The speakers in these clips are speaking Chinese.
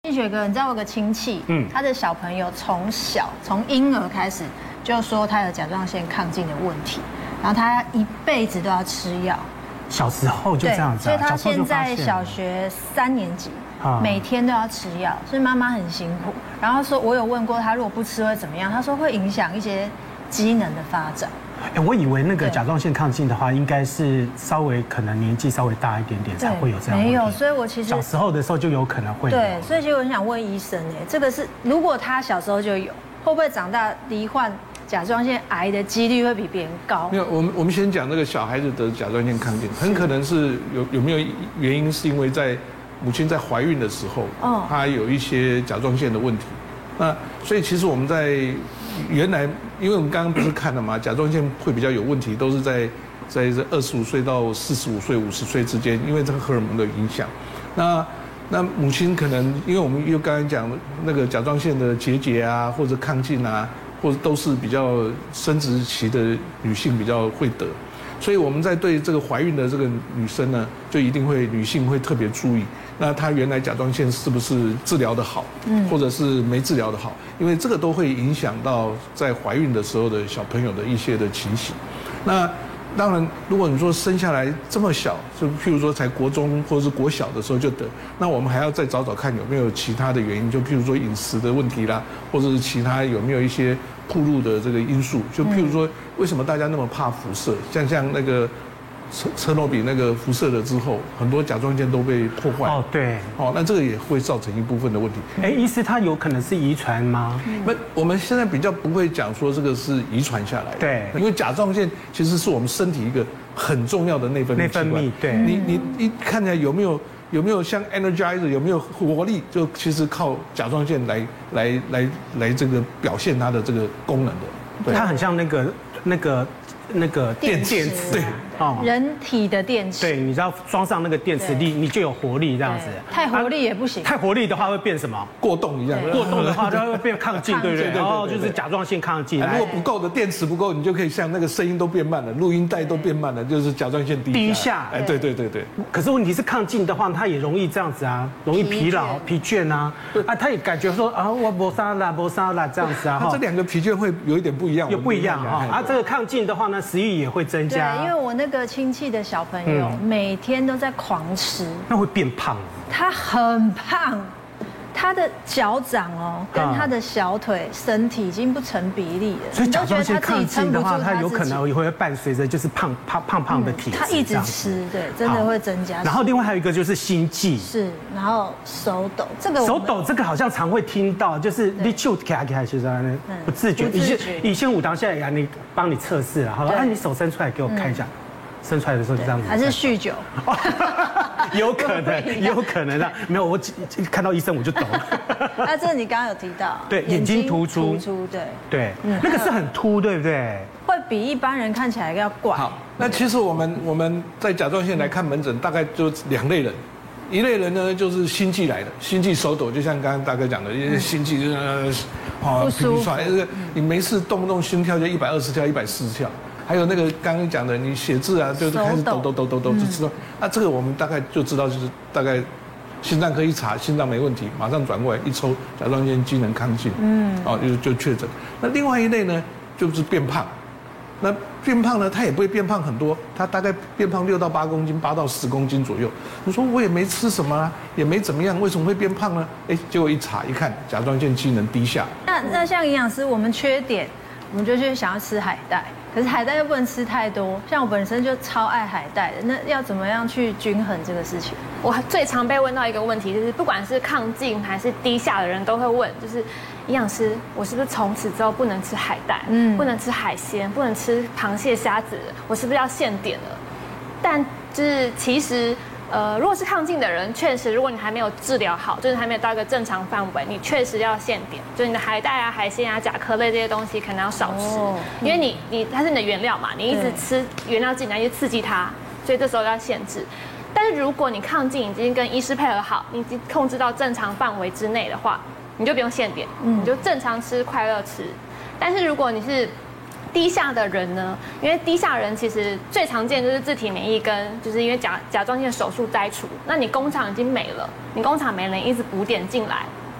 立雪哥，你知道我有个亲戚，他的小朋友从婴儿开始就说他有甲状腺亢进的问题，然后他一辈子都要吃药。 小时候就这样子， 所以他现在小学3年级，每天都要吃药，所以妈妈很辛苦。然后说，我有问过他，如果不吃会怎么样？他说会影响一些机能的发展。 我以为那个甲状腺亢进的话，应该是稍微可能年纪稍微大一点点才会有这样的问题。 没有，所以我其实小时候的时候就有可能会。 对，所以其实我很想问医生，这个是如果他小时候就有，会不会长大罹患甲状腺癌的几率会比别人高？ 没有，我们先讲那个小孩子得甲状腺亢进，很可能是有没有原因，是因为在母亲在怀孕的时候，她有一些甲状腺的问题。那所以其实我们在原来，因为我们刚刚不是看了嘛，甲状腺会比较有问题，都是在这25岁到45岁、50岁之间，因为这个荷尔蒙的影响。那母亲可能，因为我们又刚才讲那个甲状腺的结节啊，或者亢进啊，或者都是比较生殖期的女性比较会得，所以我们在对这个怀孕的这个女生呢，就一定会女性会特别注意，那她原来甲状腺是不是治疗的好，或者是没治疗的好，因为这个都会影响到在怀孕的时候的小朋友的一些的情形。那当然，如果你说生下来这么小，就譬如说才国中或者是国小的时候就得，那我们还要再找找看有没有其他的原因，就譬如说饮食的问题啦，或者是其他有没有一些暴露的这个因素，就譬如说为什么大家那么怕辐射，像那个车诺比那个辐射了之后，很多甲状腺都被破坏。 对。 那这个也会造成一部分的问题。 医师，它有可能是遗传吗？ 我们现在比较不会讲说这个是遗传下来的。 对。 因为甲状腺其实是我们身体一个很重要的内分泌。 对。 你一看起来有没有像 energizer 有没有活力，就其实靠甲状腺来这个表现它的这个功能的。 对。它很像那个电池， 对， 人体的电池， 对，你知道装上那个电池，你就有活力这样子。 太活力也不行， 太活力的话会变什么？ 过动一样， 过动的话它会变亢进，对不对？然后就是甲状腺亢进。 如果不够的电池不够，你就可以像那个声音都变慢了，录音带都变慢了，就是甲状腺低下。对。 可是问题是亢进的话，它也容易这样子啊，容易疲劳、疲倦啊。他也感觉说我没啥啦这样子啊。 这两个疲倦会有一点不一样， 有不一样哈。这个亢进的话呢，食欲也会增加。 对，因为我那个亲戚的小朋友每天都在狂吃， 那会变胖。 他很胖，他的脚掌跟他的小腿、身体已经不成比例了。 所以甲状腺亢进的话，它有可能也会伴随着就是胖的体质。 他一直吃，对，真的会增加。 然后另外还有一个就是心悸， 是，然后手抖， 手抖这个好像常会听到，就是你手卡起来就是不自觉。以前武堂现在也你帮你测试了，好了，你手伸出来给我看一下。生出来的时候就这样子， 还是酗酒？ 有可能的。没有，我看到医生我就懂了。 这你刚刚有提到， 对，眼睛突出，对，那个是很凸，对不对？ 会比一般人看起来要怪。 好，那其实我们在甲状腺来看门诊，大概就2类人。一类人呢，就是心悸来的，心悸手抖，就像刚刚大哥讲的，因为心悸不舒服， 你没事动不动心跳就120跳、140跳。还有那个刚刚讲的，你写字啊，就是开始抖，就知道。这个我们大概就知道，就是大概心脏科一查，心脏没问题，马上转过来一抽甲状腺机能亢进，就确诊。那另外一类呢，就是变胖。那变胖呢，他也不会变胖很多，他大概变胖6到8公斤，8到10公斤左右。你说我也没吃什么啊，也没怎么样，为什么会变胖呢？结果一查一看，甲状腺机能低下。 那像营养师，我们缺点，我们就去想要吃海带。可是海带又不能吃太多，像我本身就超爱海带的，那要怎么样去均衡这个事情？ 我最常被问到一个问题，就是不管是亢进还是低下的人都会问，就是营养师，我是不是从此之后不能吃海带，不能吃海鲜，不能吃螃蟹、虾子，我是不是要限点了？但就是其实。如果是亢进的人，确实，如果你还没有治疗好，就是还没有到一个正常范围，你确实要限点，就是你的海带啊、海鲜啊、甲壳类这些东西可能要少吃，因为它是你的原料嘛，你一直吃原料进来就刺激它，所以这时候要限制。但是如果你亢进已经跟医师配合好，你已经控制到正常范围之内的话，你就不用限点，你就正常吃、快乐吃。但是如果你是低下的人呢，因为低下人其实最常见就是自体免疫跟就是因为甲状腺手术摘除，那你工厂已经没了，你工厂没了，你一直补点进来，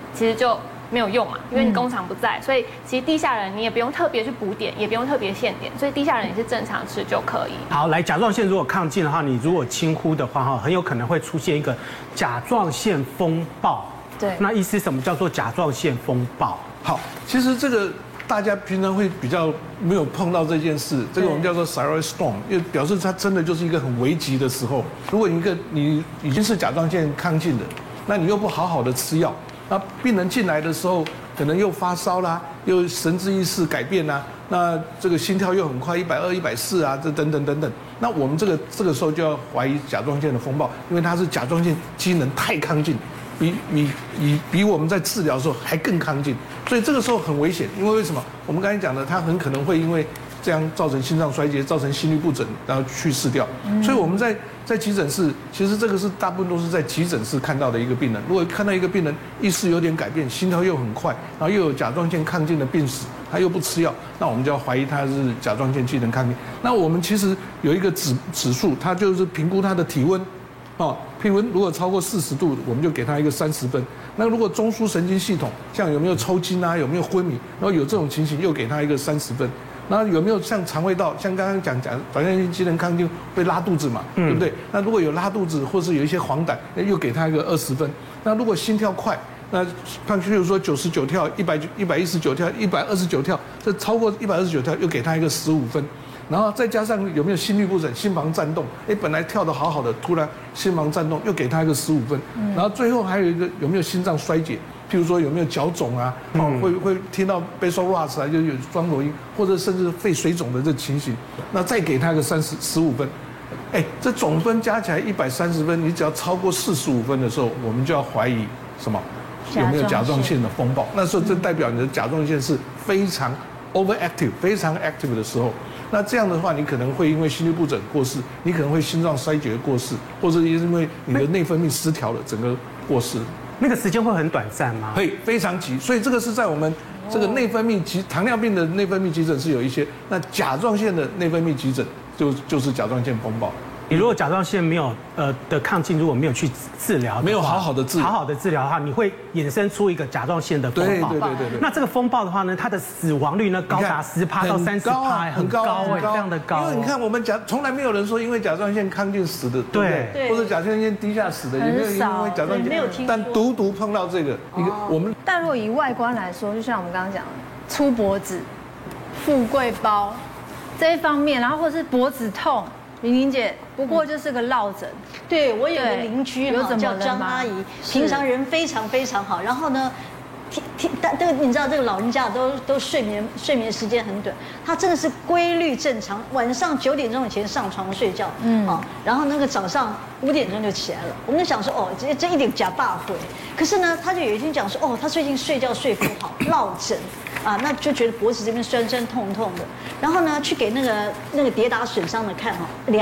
其实就没有用嘛，因为你工厂不在，所以其实低下人你也不用特别去补点，也不用特别限点，所以低下人你是正常吃就可以。 好，来甲状腺如果亢进的话，你如果轻忽的话，很有可能会出现一个甲状腺风暴。 对， 那意思什么叫做甲状腺风暴？ 好，其实这个大家平常会比较没有碰到这件事，这个我们叫做 thyroid storm， 因为表示它真的就是一个很危急的时候。如果你已经是甲状腺亢进的，那你又不好好的吃药，那病人进来的时候可能又发烧啦，又神志意识改变啦，那这个心跳又很快，120、140啊，这等等。那我们这个时候就要怀疑甲状腺的风暴，因为它是甲状腺机能太亢进。比我们在治疗的时候还更亢进，所以这个时候很危险。因为为什么？我们刚才讲的，它很可能会因为这样造成心脏衰竭，造成心律不整，然后去世掉。所以我们在急诊室，其实这个是大部分都是在急诊室看到的一个病人。如果看到一个病人意识有点改变，心跳又很快，然后又有甲状腺亢进的病史，他又不吃药，那我们就要怀疑他是甲状腺机能亢进。那我们其实有一个指数，它就是评估他的体温。体温如果超过40度，我们就给他一个30分。那如果中枢神经系统像有没有抽筋啊，有没有昏迷，然后有这种情形，又给他一个30分。然后有没有像肠胃道，像刚刚讲甲状腺机能亢进会拉肚子嘛，对不对？那如果有拉肚子，或是有一些黄疸，又给他一个20分。那如果心跳快，那譬如说99跳、119跳、129跳，这超过129跳，又给他一个15分。然后再加上有没有心律不整、心房颤动，本来跳得好好的，突然心房颤动，又给他一个15分。然后最后还有一个有没有心脏衰竭，譬如说有没有脚肿啊，会听到 basal rust 啊，就有双螺音，或者甚至肺水肿的这情形，那再给他个15分。这总分加起来130分，你只要超过45分的时候，我们就要怀疑什么？有没有甲状腺的风暴？那时候这代表你的甲状腺是非常 overactive、非常 active 的时候。那这样的话，你可能会因为心律不整过世，你可能会心脏衰竭过世，或者因为你的内分泌失调了，整个过世。 那个时间会很短暂吗？ 会，非常急。所以这个是在我们这个内分泌糖尿病的内分泌急诊是有一些，那甲状腺的内分泌急诊就是甲状腺风暴。 你如果甲状腺没有的亢进，如果没有去治疗， 没有好好的治疗的话，你会衍生出一个甲状腺的风暴。 对。 那这个风暴的话呢，它的死亡率呢高达10%到30%，很高非常的高。 因为你看我们从来没有人说因为甲状腺亢进死的， 对， 或者甲状腺低下死的，也没有因为甲状腺，但独碰到这个，我们。 但如果以外观来说，就像我们刚刚讲的，粗脖子、富贵包这一方面，然后或者是脖子痛。玲玲姐，不过就是个落枕。 对，我有个邻居叫张阿姨，平常人非常非常好。然后呢，但你知道这个老人家都睡眠时间很短，她真的是规律正常，晚上9点钟以前上床睡觉，然后那个早上5点钟就起来了。我们就想说，这一点假霸回。可是呢，她就有一天讲说，她最近睡觉睡不好，落枕。那就觉得脖子这边酸酸痛痛的，然后呢，去给那个跌打损伤的看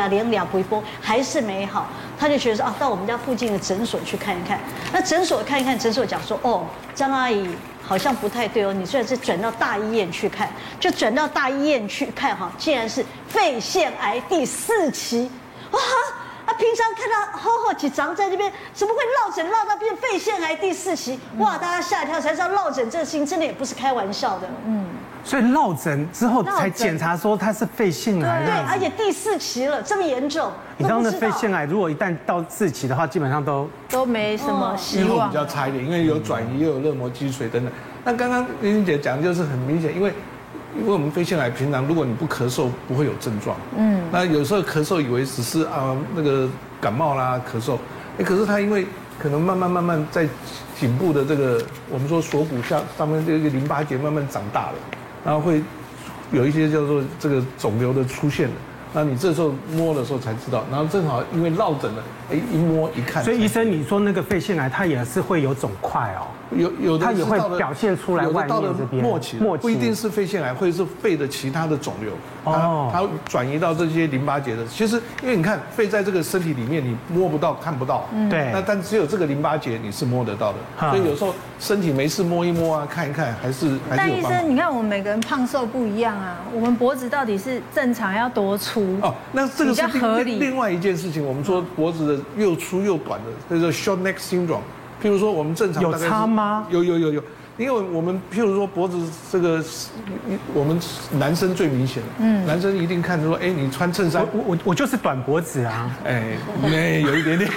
2波还是没好，他就觉得说到我们家附近的诊所去看一看。那诊所看一看，诊所讲说张阿姨好像不太对你虽然是转到大医院去看，就转到大医院去看竟然是肺腺癌第4期，哇！平常看到厚几张在这边，怎么会落枕落到变肺腺癌第4期？哇！大家吓一跳，才知道落枕这个事情真的也不是开玩笑的。 所以落枕之后才检查说它是肺腺癌， 对，而且第4期了，这么严重。 你知道那肺腺癌如果一旦到4期的话，基本上都没什么希望， 比较差一点，因为有转移又有热膜积水等等。那刚刚玲玲姐讲的就是很明显，因为我们肺腺癌平常如果你不咳嗽不会有症状，那有时候咳嗽以为只是那个感冒啦咳嗽，可是它因为可能慢慢在颈部的这个我们说锁骨上面这个淋巴结慢慢长大了，然后会有一些叫做这个肿瘤的出现了。那你这时候摸的时候才知道，然后正好因为落枕了，一摸一看。 所以医生你说那个肺腺癌它也是会有肿块有的它也会表现出来外面这边末期不一定是肺腺癌，会是肺的其他的肿瘤，它转移到这些淋巴结的。其实因为你看肺在这个身体里面你摸不到看不到， 对， 但只有这个淋巴结你是摸得到的，所以有时候身体没事摸一摸看一看还是有帮助。 但医生你看我们每个人胖瘦不一样我们脖子到底是正常要多粗？ 那这个是合理。 另外一件事情，我们说脖子的又粗又短的，叫做 short neck syndrome。 譬如说我们正常有差吗？ 有，因为我们譬如说脖子这个，我们男生最明显的，男生一定看说，哎，你穿衬衫， 我就是短脖子啊， 哎，有一点点。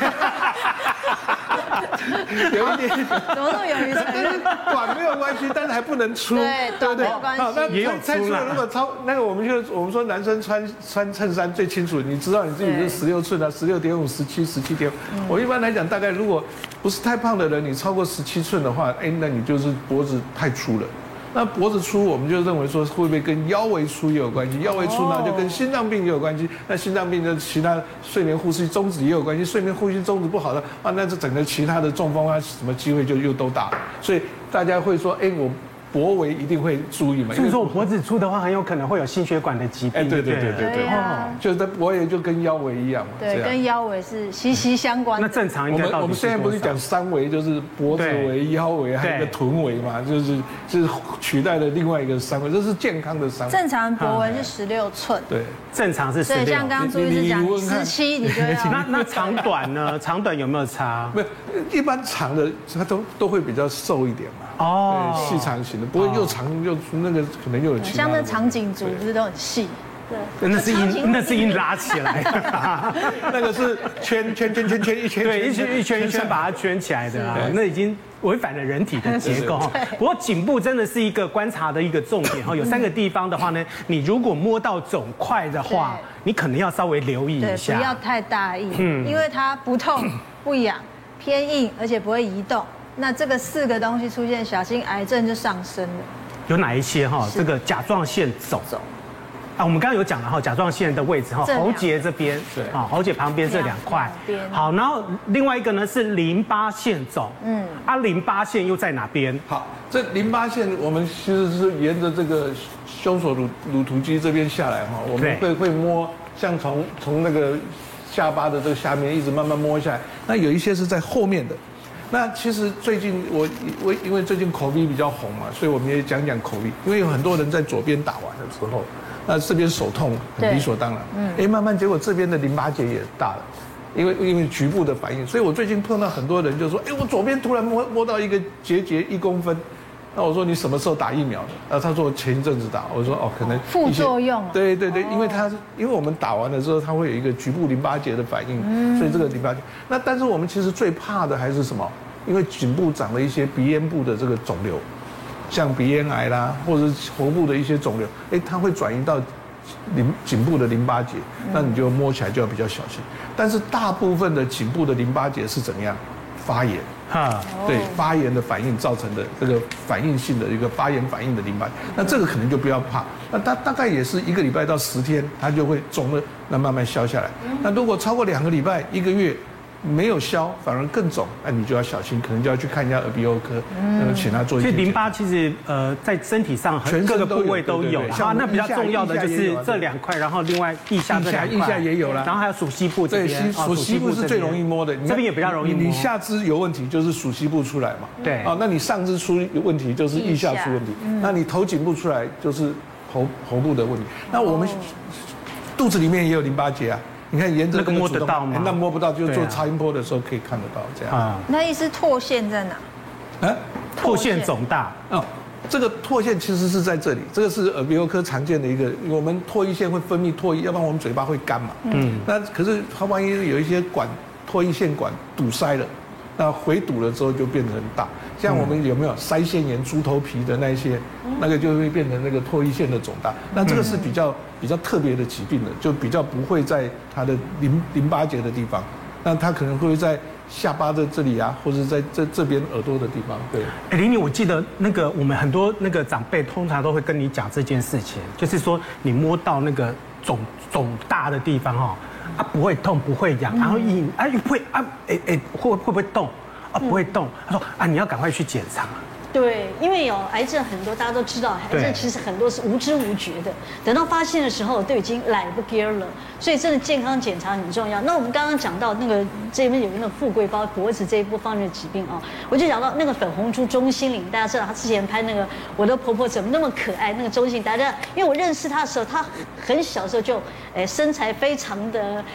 有一点， 怎么那么勇于承认？ 短没有关系，但是还不能粗， 对不对？没有关系。 那也有太粗了。如果超那个，我们说男生穿衬衫最清楚，你知道你自己是16寸啊，16.5、17、17.5。我一般来讲，大概如果不是太胖的人，你超过17寸的话，哎，那你就是脖子太粗了。那脖子粗，我们就认为说会不会跟腰围粗也有关系？腰围粗呢，就跟心脏病也有关系。那心脏病的其他睡眠呼吸中止也有关系。睡眠呼吸中止不好的啊，那这整个其他的中风啊，什么机会就又都大了。所以大家会说，哎，我脖围一定会注意嘛。 所以说我脖子粗的话，很有可能会有心血管的疾病。 哎，对，就是它脖围就跟腰围一样嘛。 对，跟腰围是息息相关。 那正常应该我们现在不是讲3围，就是脖子围、腰围还有一个臀围嘛，就是取代了另外一个3围，这是健康的3围。 正常脖围是16寸。 对， 正常是16。 所以像刚刚朱医师讲17，你就要。 那长短呢？长短有没有差？ 没有，一般长的它都会比较瘦一点嘛。哦，细长型的，不会又长又那个可能又有其他。 像那长颈族不是都很细？ 对，那是硬拉起来的， 那个是圈一圈， 对，一圈把它圈起来的啊，那已经违反了人体的结构。不过颈部真的是一个观察的一个重点哈，有3个地方的话呢，你如果摸到肿块的话，你可能要稍微留意一下， 不要太大意，因为它不痛不痒，偏硬，而且不会移动。那这个4个东西出现，小心癌症就上升了。 有哪一些哈？这个甲状腺肿啊，我们刚刚有讲了哈，甲状腺的位置哈，喉结这边，对啊，喉结旁边这2块。好，然后另外一个呢是淋巴腺肿，淋巴腺又在哪边？ 好，这淋巴腺我们其实是沿着这个胸锁乳突肌这边下来哈，我们会摸，像从那个下巴的这个下面一直慢慢摸下来，那有一些是在后面的。那其实最近因为最近口鼻比较红嘛，所以我们也讲口鼻，因为有很多人在左边打完的时候，那这边手痛很理所当然，慢慢结果这边的淋巴结也大了，因为局部的反应，所以我最近碰到很多人就说，哎，我左边突然摸到一个结节1公分，那我说你什么时候打疫苗的？他说我前一阵子打，我说哦可能副作用， 对，因为我们打完了之后，它会有一个局部淋巴结的反应，所以这个淋巴结，那但是我们其实最怕的还是什么？因为颈部长了一些鼻咽部的这个肿瘤，像鼻咽癌啦，或者是喉部的一些肿瘤，它会转移到颈部的淋巴结，那你就摸起来就要比较小心。但是大部分的颈部的淋巴结是怎么样？发炎。对，发炎的反应造成的这个反应性的一个发炎反应的淋巴，那这个可能就不要怕。那它大概也是1个礼拜到10天，它就会肿了，那慢慢消下来。那如果超过2个礼拜、1个月没有消，反而更肿，那你就要小心，可能就要去看一下耳鼻喉科，请他做一些。 所以淋巴其实在身体上各个部位都有，像那比较重要的就是这2块，然后另外腋下这2块， 腋下也有了， 然后还有属膝部这边， 属膝部是最容易摸的， 这边也比较容易摸。 你下肢有问题就是属膝部出来嘛， 对， 那你上肢出问题就是腋下出问题，那你头颈部出来就是喉部的问题。那我们肚子里面也有淋巴结啊。你看沿着那个摸得到吗？ 那摸不到，就是做超音波的时候可以看得到这样。 那意思唾腺在哪？ 唾腺肿大哦，这个唾腺其实是在这里，这个是耳鼻喉科常见的一个，我们唾液腺会分泌唾液，要不然我们嘴巴会干嘛。那可是它万一有一些唾液腺管堵塞了，那回堵了之后就变得很大。像我们有没有腮腺炎、猪头皮的那些，那个就会变成那个唾液腺的肿大。那这个是比较特别的疾病的，就比较不会在它的淋巴结的地方，那它可能会在下巴的这里啊，或者在这边耳朵的地方。对。 林我记得那个我们很多那个长辈通常都会跟你讲这件事情，就是说你摸到那个肿大的地方哈，不会痛不会痒，然后会不会动？不会动。他说你要赶快去检查。 对，因为有癌症很多，大家都知道，癌症其实很多是无知无觉的，等到发现的时候都已经来不及了，所以真的健康检查很重要。那我们刚刚讲到那个这边有那个富贵包脖子这一部方面的疾病啊，我就讲到那个粉红猪钟欣凌，大家知道她之前拍那个我的婆婆怎么那么可爱，那个钟欣凌，大家因为我认识她的时候，她很小的时候就身材非常的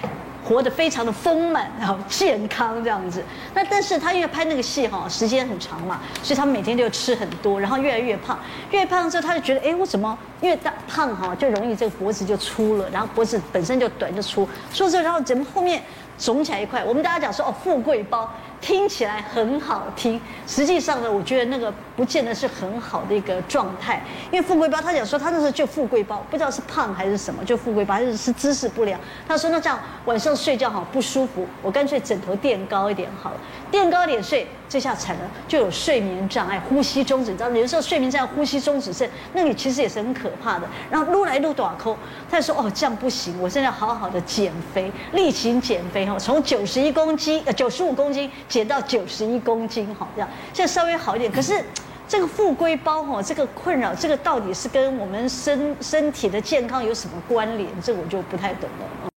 活得非常的丰满，然后健康这样子。那但是他因为拍那个戏哈，时间很长嘛，所以他每天就吃很多，然后越来越胖。越胖之后，他就觉得，哎，我怎么越大胖哈，就容易这个脖子就粗了，然后脖子本身就短就粗，粗之后，然后怎么后面肿起来一块？我们大家讲说哦，富贵包听起来很好听，实际上呢，我觉得那个不见得是很好的一个状态。因为富贵包，他讲说他那时候就富贵包，不知道是胖还是什么，就富贵包，还是姿势不良。他说那这样晚上睡觉好不舒服，我干脆枕头垫高一点好了，垫高一点睡，这下惨了，就有睡眠障碍、呼吸中止。你知道，有的时候睡眠障碍、呼吸中止症，那你其实也是很可怕的。然后撸来撸短扣，他就说哦，这样不行，我现在要好好的减肥，例行减肥哈，从95公斤减到91公斤哈，这样现在稍微好一点。可是这个富贵包哈，这个困扰，这个到底是跟我们身体的健康有什么关联？这我就不太懂了。